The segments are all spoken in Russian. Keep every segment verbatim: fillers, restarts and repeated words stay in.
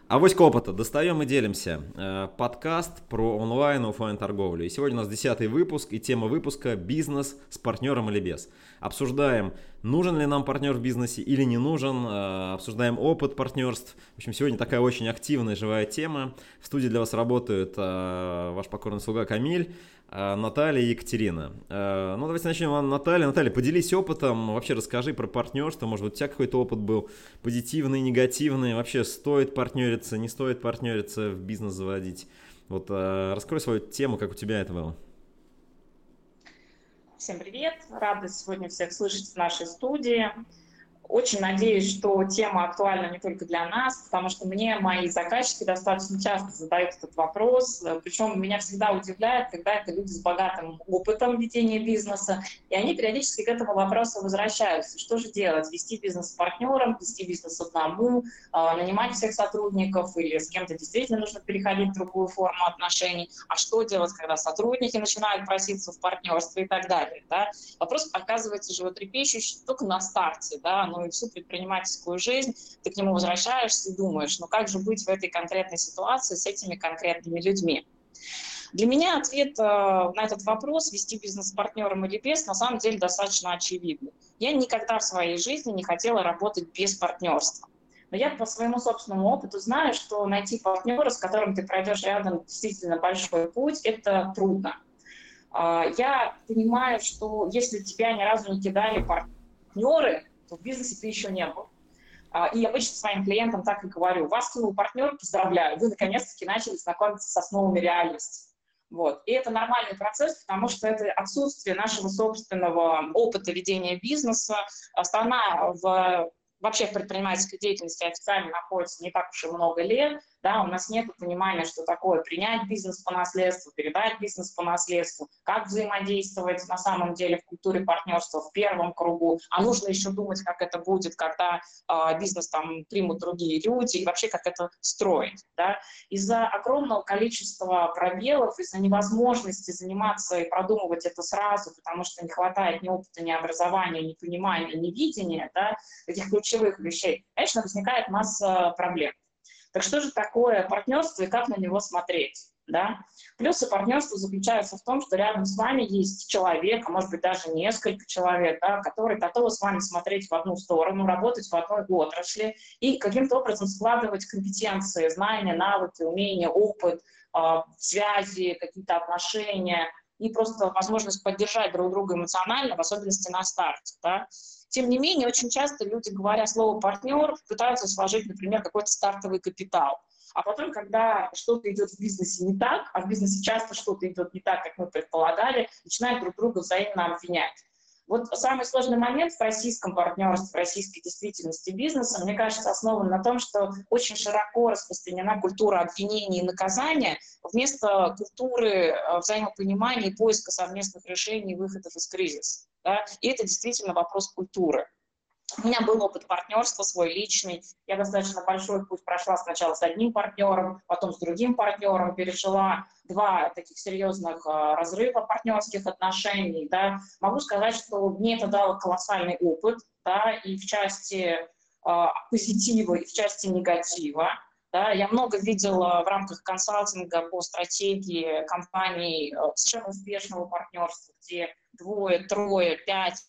Авоська опыта. Достаем и делимся. Э, Подкаст про онлайн и оффлайн торговлю. И сегодня у нас десятый выпуск, и тема выпуска — бизнес с партнером или без. Обсуждаем, нужен ли нам партнер в бизнесе или не нужен. э, Обсуждаем опыт партнерств. В общем, сегодня такая очень активная, живая тема. В студии для вас работают э, ваш покорный слуга Камиль, э, Наталья и Екатерина. Э, Ну, давайте начнем. Ладно, Наталья. Наталья, поделись опытом. Вообще расскажи про партнерство. Может быть, у тебя какой-то опыт был позитивный, негативный. Вообще, стоит партнериться, не стоит партнериться, в бизнес заводить. Вот э, раскрой свою тему, как у тебя это было. Всем привет! Рада сегодня всех слышать в нашей студии. Очень надеюсь, что тема актуальна не только для нас, потому что мне мои заказчики достаточно часто задают этот вопрос. Причем меня всегда удивляет, когда это люди с богатым опытом ведения бизнеса, и они периодически к этому вопросу возвращаются. Что же делать? Вести бизнес с партнером, вести бизнес одному, нанимать всех сотрудников, или с кем-то действительно нужно переходить в другую форму отношений? А что делать, когда сотрудники начинают проситься в партнерство и так далее? Да? Вопрос оказывается животрепещущий только на старте, да, ну и всю предпринимательскую жизнь ты к нему возвращаешься и думаешь, ну как же быть в этой конкретной ситуации с этими конкретными людьми? Для меня ответ э, на этот вопрос, вести бизнес с партнером или без, на самом деле достаточно очевидный. Я никогда в своей жизни не хотела работать без партнерства. Но я по своему собственному опыту знаю, что найти партнера, с которым ты пройдешь рядом действительно большой путь, это трудно. Я понимаю, что если тебя ни разу не кидали партнеры, то в бизнесе ты еще не был. И обычно своим клиентам так и говорю: вас кинул партнер, поздравляю, вы наконец-таки начали знакомиться с основами реальности. Вот. И это нормальный процесс, потому что это отсутствие нашего собственного опыта ведения бизнеса. Страна в, вообще в предпринимательской деятельности официально находится не так уж и много лет. Да, у нас нет понимания, что такое принять бизнес по наследству, передать бизнес по наследству, как взаимодействовать на самом деле в культуре партнерства в первом кругу, а нужно еще думать, как это будет, когда э, бизнес там примут другие люди, и вообще как это строить. Да. Из-за огромного количества пробелов, из-за невозможности заниматься и продумывать это сразу, потому что не хватает ни опыта, ни образования, ни понимания, ни видения, да, таких ключевых вещей, конечно, возникает масса проблем. Так что же такое партнерство и как на него смотреть? Да? Плюсы партнерства заключаются в том, что рядом с вами есть человек, а может быть даже несколько человек, да, которые готовы с вами смотреть в одну сторону, работать в одной отрасли и каким-то образом складывать компетенции, знания, навыки, умения, опыт, э, связи, какие-то отношения и просто возможность поддержать друг друга эмоционально, в особенности на старте. Да? Тем не менее, очень часто люди, говоря слово «партнер», пытаются сложить, например, какой-то стартовый капитал. А потом, когда что-то идет в бизнесе не так, а в бизнесе часто что-то идет не так, как мы предполагали, начинают друг друга взаимно обвинять. Вот самый сложный момент в российском партнерстве, в российской действительности бизнеса, мне кажется, основан на том, что очень широко распространена культура обвинения и наказания вместо культуры взаимопонимания и поиска совместных решений и выходов из кризиса. Да? И это действительно вопрос культуры. У меня был опыт партнерства свой личный. Я достаточно большой путь прошла сначала с одним партнером, потом с другим партнером, пережила два таких серьезных э, разрыва партнерских отношений. Да. Могу сказать, что мне это дало колоссальный опыт, да, и в части э, позитива, и в части негатива. Да. Я много видела в рамках консалтинга по стратегии компаний э, совершенно успешного партнерства, где двое, трое, пять,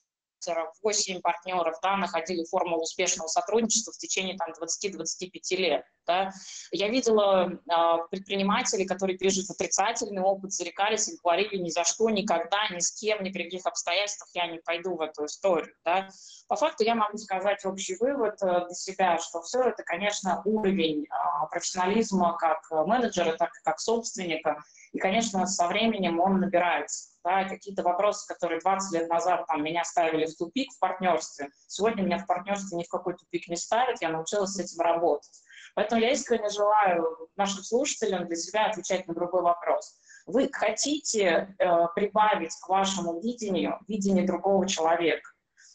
восемь партнеров, да, находили формулу успешного сотрудничества в течение там, двадцати-двадцати пяти лет. Да. Я видела э, предпринимателей, которые пережили отрицательный опыт, зарекались и говорили: ни за что, никогда, ни с кем, ни при каких обстоятельствах я не пойду в эту историю. Да. По факту я могу сказать общий вывод э, для себя, что все это, конечно, уровень э, профессионализма как менеджера, так и как собственника. И, конечно, со временем он набирается. Да, какие-то вопросы, которые двадцать лет назад там, меня ставили в тупик в партнерстве, сегодня меня в партнерстве ни в какой тупик не ставят, я научилась с этим работать. Поэтому я искренне желаю нашим слушателям для себя отвечать на другой вопрос. Вы хотите э, прибавить к вашему видению видение другого человека?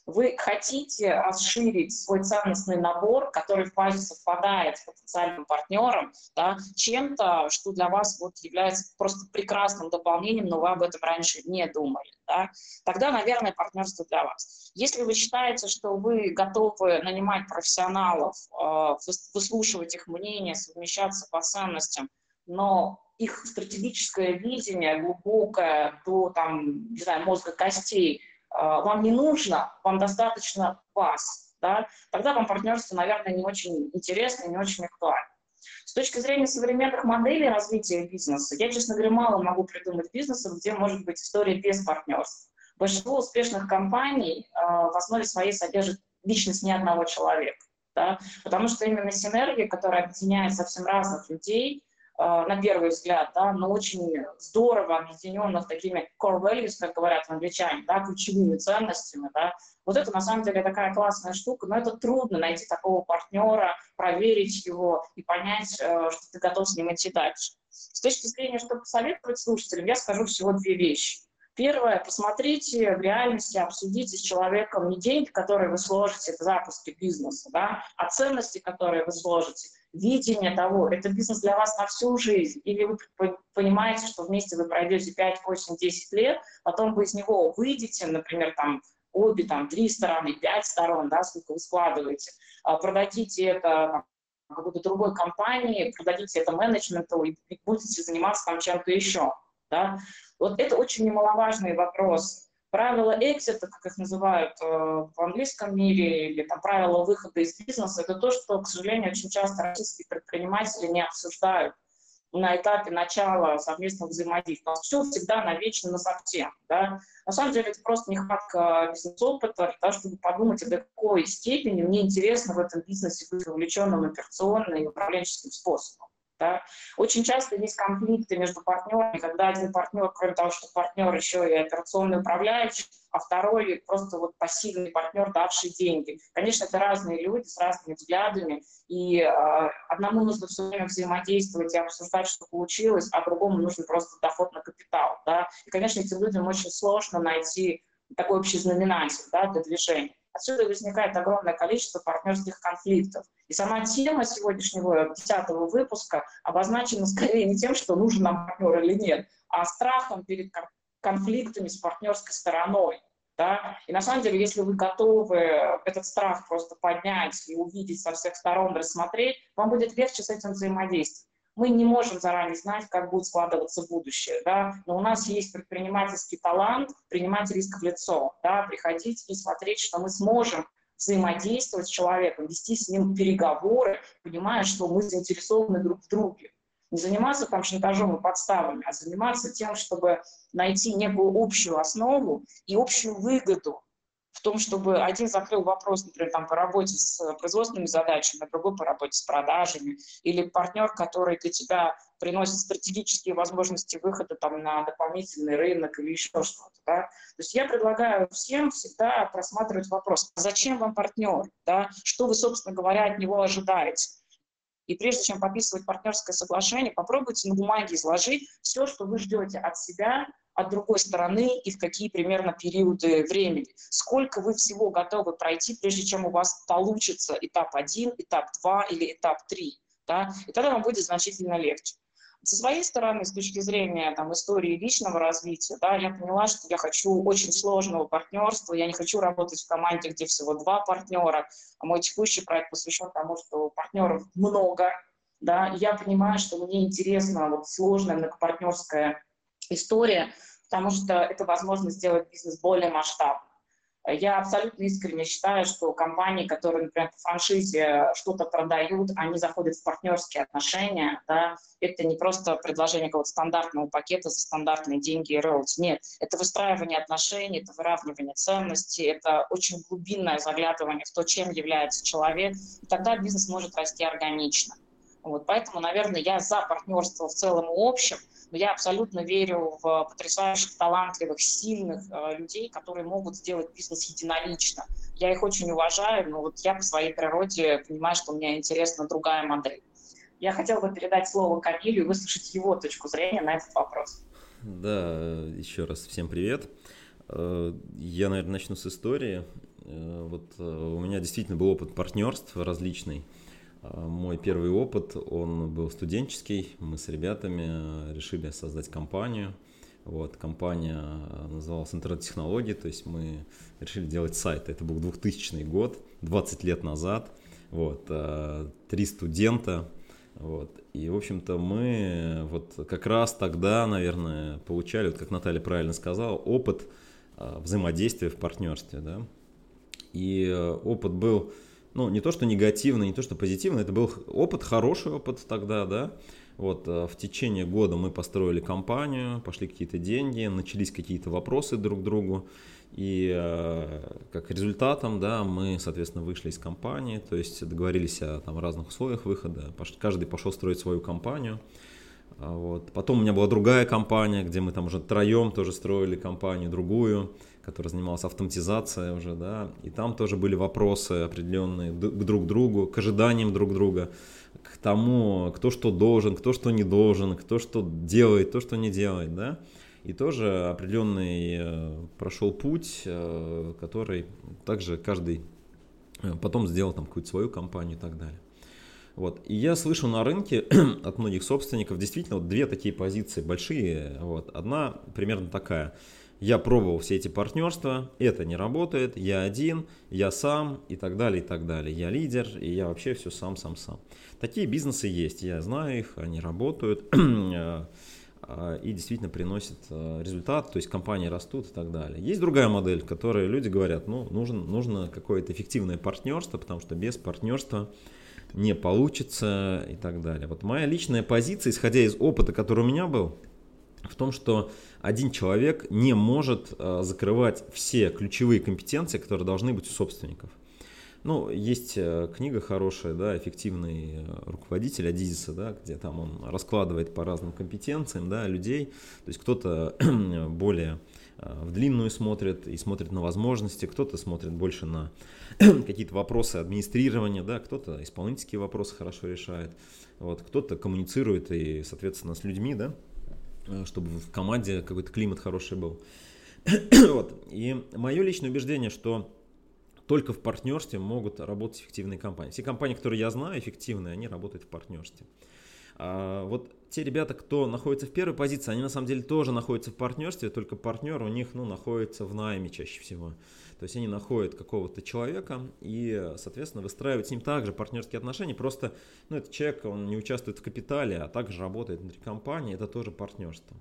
Вы хотите расширить свой ценностный набор, который в базе совпадает с потенциальным партнером, да, чем-то, что для вас вот является просто прекрасным дополнением, но вы об этом раньше не думали. Да, тогда, наверное, партнерство для вас. Если вы считаете, что вы готовы нанимать профессионалов, выслушивать их мнение, совмещаться по ценностям, но их стратегическое видение глубокое до там, не знаю, мозга костей вам не нужно, вам достаточно вас, да, тогда вам партнерство, наверное, не очень интересно, не очень актуально. С точки зрения современных моделей развития бизнеса, я, честно говоря, мало могу придумать бизнесов, где может быть история без партнерства. Большинство успешных компаний э, в основе своей содержит личность не одного человека, да, потому что именно синергия, которая объединяет совсем разных людей, на первый взгляд, да, но очень здорово объединенных такими core values, как говорят англичане, да, ключевыми ценностями, да. Вот это на самом деле такая классная штука, но это трудно найти такого партнера, проверить его и понять, что ты готов с ним идти дальше. С точки зрения, что посоветовать слушателям, я скажу всего две вещи. Первое, посмотрите в реальности, обсудите с человеком не деньги, которые вы сложите в запуске бизнеса, да, а ценности, которые вы сложите, видение того, это бизнес для вас на всю жизнь, или вы понимаете, что вместе вы пройдете пять, восемь, десять лет, потом вы из него выйдете, например, там, обе, там, три стороны, пять сторон, да, сколько вы складываете, продадите это какой-то другой компании, продадите это менеджменту и будете заниматься там чем-то еще, да. Вот это очень немаловажный вопрос. Правила экзита, как их называют э, в английском мире, или там правила выхода из бизнеса, это то, что, к сожалению, очень часто российские предприниматели не обсуждают на этапе начала совместного взаимодействия. Все всегда навечно на совсем. Да? На самом деле это просто нехватка бизнес-опыта для того, чтобы подумать, до какой степени мне интересно в этом бизнесе быть вовлеченным операционным и управленческим способом. Да? Очень часто есть конфликты между партнерами, когда один партнер, кроме того, что партнер, еще и операционный управляющий, а второй просто вот пассивный партнер, давший деньги. Конечно, это разные люди с разными взглядами, и э, одному нужно все время взаимодействовать и обсуждать, что получилось, а другому нужен просто доход на капитал. Да? И, конечно, этим людям очень сложно найти такой общий знаменатель, да, для движения. Отсюда возникает огромное количество партнерских конфликтов. И сама тема сегодняшнего десятого выпуска обозначена скорее не тем, что нужен нам партнер или нет, а страхом перед конфликтами с партнерской стороной. Да? И на самом деле, если вы готовы этот страх просто поднять и увидеть со всех сторон, рассмотреть, вам будет легче с этим взаимодействовать. Мы не можем заранее знать, как будет складываться будущее, да? Но у нас есть предпринимательский талант принимать риск в лицо, да? Приходить и смотреть, что мы сможем взаимодействовать с человеком, вести с ним переговоры, понимая, что мы заинтересованы друг в друге. Не заниматься там шантажом и подставами, а заниматься тем, чтобы найти некую общую основу и общую выгоду в том, чтобы один закрыл вопрос, например, там, по работе с производственными задачами, а другой по работе с продажами, или партнер, который для тебя приносит стратегические возможности выхода там, на дополнительный рынок или еще что-то. Да? То есть я предлагаю всем всегда просматривать вопрос, зачем вам партнер, да? Что вы, собственно говоря, от него ожидаете. И прежде чем подписывать партнерское соглашение, попробуйте на бумаге изложить все, что вы ждете от себя, от другой стороны и в какие примерно периоды времени. Сколько вы всего готовы пройти, прежде чем у вас получится этап один, этап два или этап три. Да? И тогда вам будет значительно легче. Со своей стороны, с точки зрения там, истории личного развития, да, я поняла, что я хочу очень сложного партнерства, я не хочу работать в команде, где всего два партнера, а мой текущий проект посвящен тому, что партнеров много, да, и я понимаю, что мне интересна вот сложная многопартнерская история, потому что это возможность сделать бизнес более масштабным. Я абсолютно искренне считаю, что компании, которые, например, по франшизе что-то продают, они заходят в партнерские отношения, да, это не просто предложение какого-то стандартного пакета за стандартные деньги и роялти. Нет, это выстраивание отношений, это выравнивание ценностей, это очень глубинное заглядывание в то, чем является человек, и тогда бизнес может расти органично. Вот, поэтому, наверное, я за партнерство в целом и общем, но я абсолютно верю в потрясающих, талантливых, сильных э, людей, которые могут сделать бизнес единолично. Я их очень уважаю, но вот я по своей природе понимаю, что мне интересна другая модель. Я хотела бы передать слово Камилю и выслушать его точку зрения на этот вопрос. Да, еще раз всем привет. Я, наверное, начну с истории. Вот у меня действительно был опыт партнерств различный. Мой первый опыт, он был студенческий. Мы с ребятами решили создать компанию. Вот, компания называлась «Интернет-технологии», то есть мы решили делать сайт. Это был двухтысячный год, двадцать лет назад. Вот, три студента. Вот, и, в общем-то, мы вот как раз тогда, наверное, получали, вот как Наталья правильно сказала, опыт взаимодействия в партнерстве. Да? И опыт был, ну, не то что негативный, не то что позитивный, это был опыт, хороший опыт тогда, да. Вот, в течение года мы построили компанию, пошли какие-то деньги, начались какие-то вопросы друг к другу, и э, как результатом, да, мы, соответственно, вышли из компании, то есть договорились о там, разных условиях выхода, каждый пошел строить свою компанию. Вот. Потом у меня была другая компания, где мы там уже втроем тоже строили компанию другую, которая занималась автоматизацией уже, да, и там тоже были вопросы определенные к друг другу, к ожиданиям друг друга, к тому, кто что должен, кто что не должен, кто что делает, кто что не делает, да, и тоже определенный э, прошел путь, э, который также каждый потом сделал там какую-то свою компанию и так далее. Вот. И я слышу на рынке от многих собственников действительно вот две такие позиции большие. Вот. Одна примерно такая. Я пробовал все эти партнерства, это не работает, я один, я сам и так далее, и так далее. Я лидер, и я вообще все сам, сам, сам. Такие бизнесы есть, я знаю их, они работают и действительно приносят результат, то есть компании растут и так далее. Есть другая модель, в которой люди говорят, ну, нужно, нужно какое-то эффективное партнерство, потому что без партнерства не получится и так далее. Вот моя личная позиция, исходя из опыта, который у меня был, в том, что один человек не может э, закрывать все ключевые компетенции, которые должны быть у собственников. Ну, есть э, книга хорошая, да, «Эффективный руководитель» Адизиса, да, где там он раскладывает по разным компетенциям, да, людей. То есть кто-то более э, в длинную смотрит и смотрит на возможности, кто-то смотрит больше на какие-то вопросы администрирования, да, кто-то исполнительские вопросы хорошо решает, вот, кто-то коммуницирует и, соответственно, с людьми, да, чтобы в команде какой-то климат хороший был. Вот. И мое личное убеждение, что только в партнерстве могут работать эффективные компании. Все компании, которые я знаю, эффективные, они работают в партнерстве. А вот те ребята, кто находится в первой позиции, они на самом деле тоже находятся в партнерстве, только партнер у них, ну, находится в найме чаще всего. То есть они находят какого-то человека и, соответственно, выстраивают с ним также партнерские отношения. Просто, ну, этот человек, он не участвует в капитале, а также работает внутри компании, это тоже партнерство.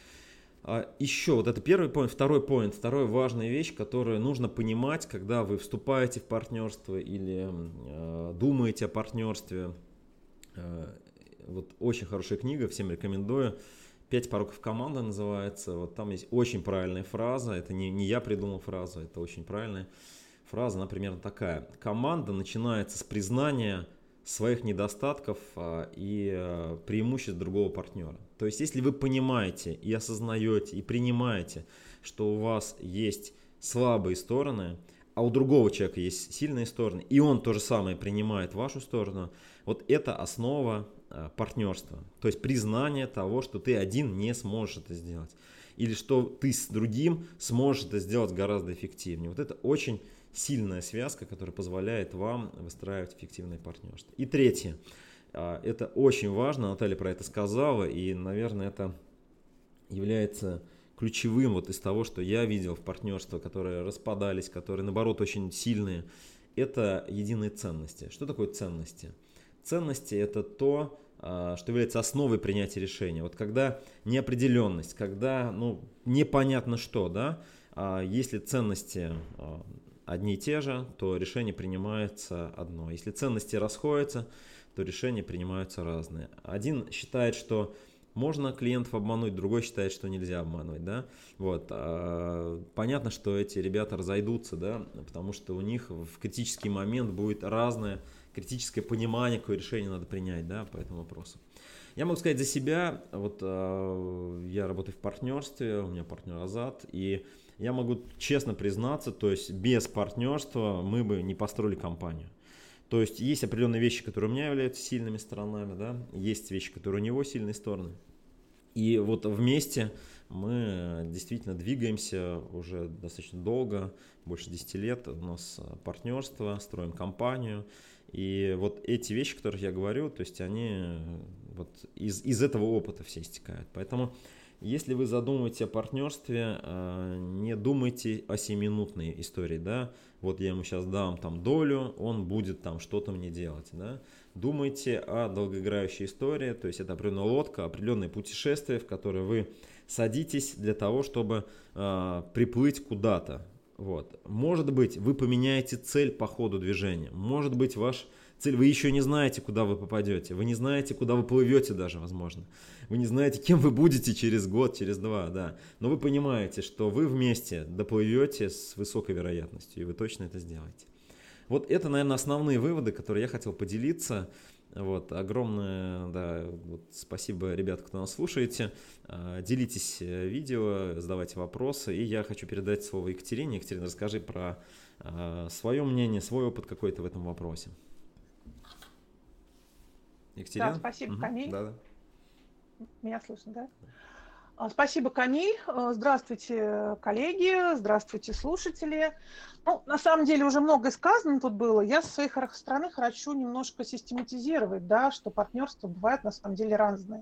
А еще вот это первый поинт, второй поинт, вторая важная вещь, которую нужно понимать, когда вы вступаете в партнерство или э, думаете о партнерстве. Э, вот очень хорошая книга, всем рекомендую. «Пять пороков команды» называется. Вот там есть очень правильная фраза. Это не, не я придумал фразу, это очень правильная фраза. Она примерно такая. Команда начинается с признания своих недостатков а, и а, преимуществ другого партнера. То есть, если вы понимаете и осознаете, и принимаете, что у вас есть слабые стороны, а у другого человека есть сильные стороны, и он то же самое принимает вашу сторону, вот это основа партнерства, то есть признание того, что ты один не сможешь это сделать, или что ты с другим сможешь это сделать гораздо эффективнее. Вот это очень сильная связка, которая позволяет вам выстраивать эффективное партнерство. И третье, это очень важно, Наталья про это сказала, и, наверное, это является ключевым вот из того, что я видел в партнерствах, которые распадались, которые, наоборот, очень сильные, это единые ценности. Что такое ценности? Ценности – это то, что является основой принятия решения. Вот когда неопределенность, когда ну, непонятно что, да, если ценности одни и те же, то решение принимается одно. Если ценности расходятся, то решения принимаются разные. Один считает, что можно клиентов обмануть, другой считает, что нельзя обманывать, да. Вот. Понятно, что эти ребята разойдутся, да, потому что у них в критический момент будет разное критическое понимание, какое решение надо принять, да, по этому вопросу. Я могу сказать за себя, вот э, я работаю в партнерстве, у меня партнер Азат, и я могу честно признаться, то есть без партнерства мы бы не построили компанию. То есть есть определенные вещи, которые у меня являются сильными сторонами, да, есть вещи, которые у него сильные стороны. И вот вместе мы действительно двигаемся уже достаточно долго, больше десяти лет. У нас партнерство, строим компанию. И вот эти вещи, о которых я говорю, то есть они вот из, из этого опыта все истекают. Поэтому если вы задумываете о партнерстве, не думайте о семиминутной истории, да, вот я ему сейчас дам там долю, он будет там что-то мне делать, да. Думайте о долгоиграющей истории, то есть это определенная лодка, определенное путешествие, в которое вы садитесь для того, чтобы э, приплыть куда-то. Вот. Может быть, вы поменяете цель по ходу движения, может быть, ваш цель, вы еще не знаете, куда вы попадете, вы не знаете, куда вы плывете даже, возможно. Вы не знаете, кем вы будете через год, через два, да. Но вы понимаете, что вы вместе доплывете с высокой вероятностью, и вы точно это сделаете. Вот это, наверное, основные выводы, которые я хотел поделиться. Вот, огромное, да, вот, спасибо, ребята, кто нас слушаете. Делитесь видео, задавайте вопросы. И я хочу передать слово Екатерине. Екатерина, расскажи про свое мнение, свой опыт какой-то в этом вопросе. Екатерина? Да, спасибо, угу. Камиль. Да, да. Меня слышно, да? Спасибо, Камиль. Здравствуйте, коллеги, здравствуйте, слушатели. Ну, на самом деле уже многое сказано тут было. Я со своей стороны хочу немножко систематизировать, да, что партнерства бывают на самом деле разные.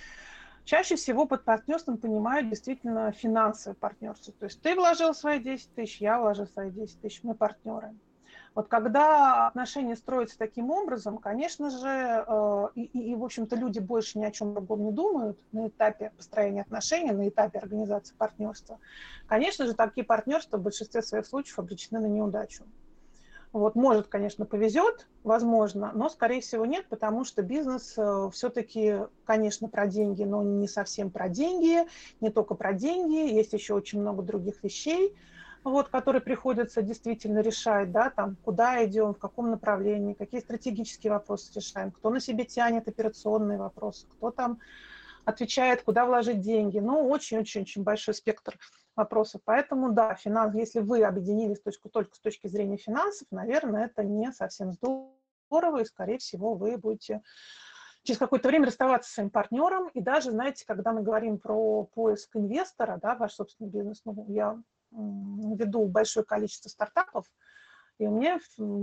Чаще всего под партнерством понимают действительно финансовое партнерство. То есть ты вложил свои десять тысяч, я вложил свои десять тысяч, мы партнеры. Вот когда отношения строятся таким образом, конечно же, и, и, в общем-то, люди больше ни о чем другом не думают на этапе построения отношений, на этапе организации партнерства, конечно же, такие партнерства в большинстве своих случаев обречены на неудачу. Вот, может, конечно, повезет, возможно, но, скорее всего, нет, потому что бизнес все-таки, конечно, про деньги, но не совсем про деньги, не только про деньги, есть еще очень много других вещей, вот, которые приходится действительно решать, да, там, куда идем, в каком направлении, какие стратегические вопросы решаем, кто на себе тянет операционные вопросы, кто там отвечает, куда вложить деньги. Ну, очень-очень-очень большой спектр вопросов. Поэтому, да, финанс, если вы объединились точку, только с точки зрения финансов, наверное, это не совсем здорово, и, скорее всего, вы будете через какое-то время расставаться со своим партнером. И даже, знаете, когда мы говорим про поиск инвестора, да, ваш собственный бизнес, ну, я веду большое количество стартапов, и у меня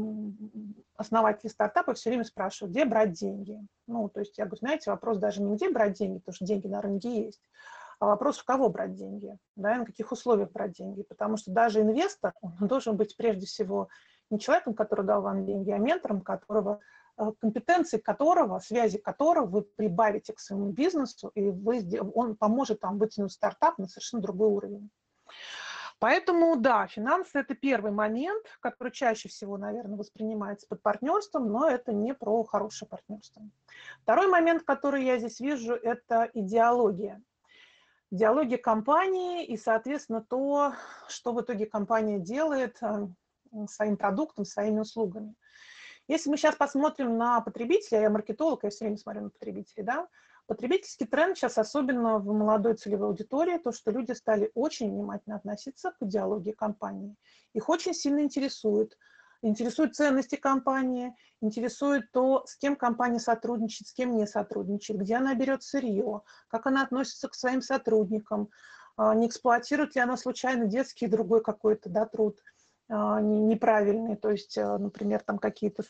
основатели стартапов все время спрашивают, где брать деньги. Ну, то есть я говорю, знаете, вопрос даже не где брать деньги, потому что деньги на рынке есть, а вопрос, в кого брать деньги, да, и на каких условиях брать деньги. Потому что даже инвестор, он должен быть прежде всего не человеком, который дал вам деньги, а ментором, которого, компетенции которого, связи которого вы прибавите к своему бизнесу, и вы, он поможет вам вытянуть стартап на совершенно другой уровень. Поэтому, да, финансы – это первый момент, который чаще всего, наверное, воспринимается под партнерством, но это не про хорошее партнерство. Второй момент, который я здесь вижу, это идеология. Идеология компании и, соответственно, то, что в итоге компания делает своим продуктом, своими услугами. Если мы сейчас посмотрим на потребителя, я маркетолог, я все время смотрю на потребителей, да, потребительский тренд сейчас, особенно в молодой целевой аудитории, то, что люди стали очень внимательно относиться к идеологии компании. Их очень сильно интересует. Интересуют ценности компании, интересует то, с кем компания сотрудничает, с кем не сотрудничает, где она берет сырье, как она относится к своим сотрудникам, не эксплуатирует ли она случайно детский и другой какой-то, да, труд неправильный. То есть, например, там какие-то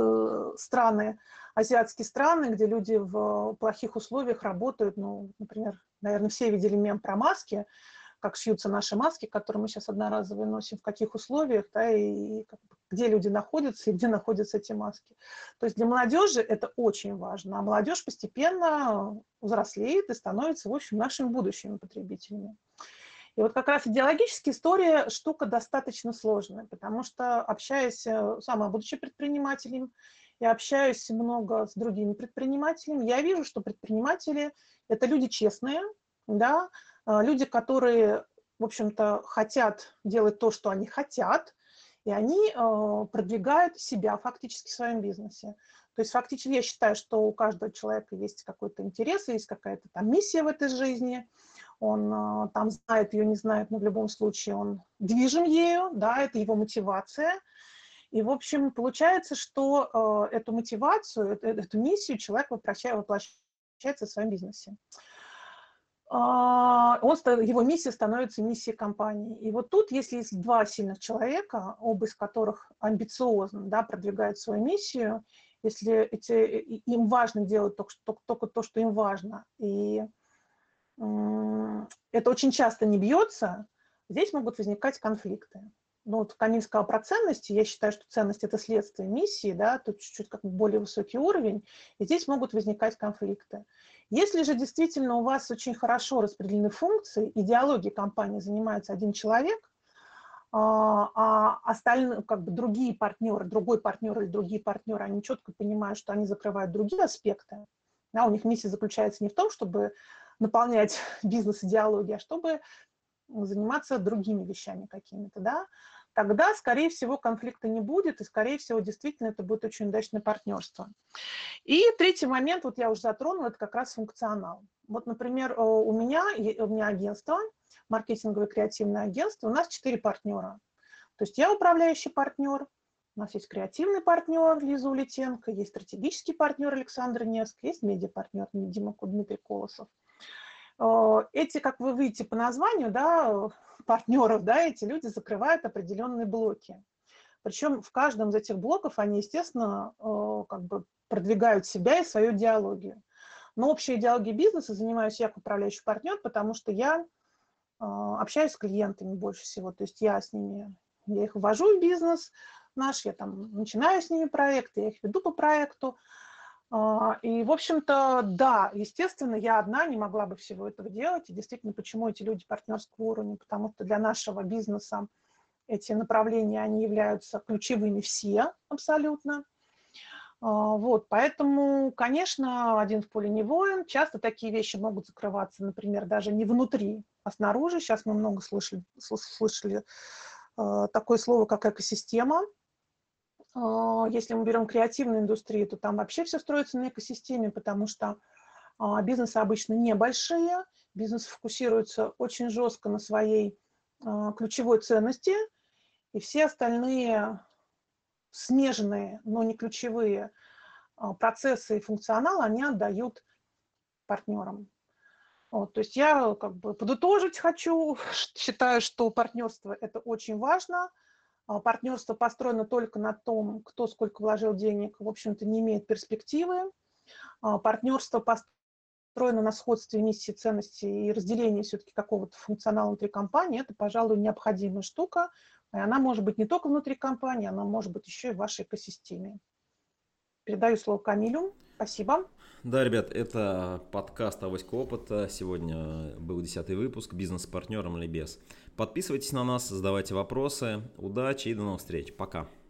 страны, азиатские страны, где люди в плохих условиях работают, ну, например, наверное, все видели мем про маски, как шьются наши маски, которые мы сейчас одноразовые носим, в каких условиях, да, и где люди находятся, и где находятся эти маски. То есть для молодежи это очень важно, а молодежь постепенно взрослеет и становится, в общем, нашими будущими потребителями. И вот как раз идеологическая история штука достаточно сложная, потому что, общаясь, сама будучи предпринимателем, я общаюсь много с другими предпринимателями, я вижу, что предприниматели – это люди честные, да, люди, которые, в общем-то, хотят делать то, что они хотят, и они продвигают себя фактически в своем бизнесе. То есть фактически я считаю, что у каждого человека есть какой-то интерес, есть какая-то там миссия в этой жизни, он там знает ее, не знает, но в любом случае он движим ею, да, это его мотивация. И, в общем, получается, что э, эту мотивацию, эту, эту миссию человек воплощает, воплощает в своем бизнесе. он, его миссия становится миссией компании. И вот тут, если есть два сильных человека, оба из которых амбициозно, да, продвигают свою миссию, если эти, им важно делать только, только, только то, что им важно, и м, это очень часто не бьется, здесь могут возникать конфликты. Ну, вот Камиль сказал про ценности. Я считаю, что ценность – это следствие миссии, да, тут чуть-чуть как бы более высокий уровень, и здесь могут возникать конфликты. Если же действительно у вас очень хорошо распределены функции, идеологией компании занимается один человек, а остальные, как бы другие партнеры, другой партнер или другие партнеры, они четко понимают, что они закрывают другие аспекты, да, у них миссия заключается не в том, чтобы наполнять бизнес-идеологией, а чтобы заниматься другими вещами какими-то, да, тогда, скорее всего, конфликта не будет, и, скорее всего, действительно, это будет очень удачное партнерство. И третий момент, вот я уже затронула, это как раз функционал. Вот, например, у меня, у меня агентство, маркетинговое креативное агентство, у нас четыре партнера. То есть я управляющий партнер, у нас есть креативный партнер Лиза Улетенко, есть стратегический партнер Александр Невский, есть медиапартнер Дима Дмитрий Колосов. Эти, как вы видите по названию, да, партнеров, да, эти люди закрывают определенные блоки. Причем в каждом из этих блоков они, естественно, как бы продвигают себя и свою идеологию. Но общей идеологией бизнеса занимаюсь я как управляющий партнер, потому что я общаюсь с клиентами больше всего. То есть я с ними, я их ввожу в бизнес наш, я там начинаю с ними проекты, я их веду по проекту. И, в общем-то, да, естественно, я одна не могла бы всего этого делать. И действительно, почему эти люди партнерского уровня? Потому что для нашего бизнеса эти направления, они являются ключевыми все абсолютно. Вот, поэтому, конечно, один в поле не воин. Часто такие вещи могут закрываться, например, даже не внутри, а снаружи. Сейчас мы много слышали, слышали такое слово, как экосистема. Если мы берем креативную индустрию, то там вообще все строится на экосистеме, потому что бизнесы обычно небольшие, бизнес фокусируется очень жестко на своей ключевой ценности, и все остальные смежные, но не ключевые процессы и функционалы они отдают партнерам. Вот, то есть я как бы подытожить хочу, считаю, что партнерство – это очень важно. Партнерство построено только на том, кто сколько вложил денег, в общем-то, не имеет перспективы. Партнерство построено на сходстве миссии, ценностей и разделении все-таки какого-то функционала внутри компании. Это, пожалуй, необходимая штука. И она может быть не только внутри компании, она может быть еще и в вашей экосистеме. Передаю слово Камилю. Спасибо. Да, ребят, это подкаст «Авоська опыта». Сегодня был десятый выпуск «Бизнес с партнером или без». Подписывайтесь на нас, задавайте вопросы. Удачи и до новых встреч. Пока.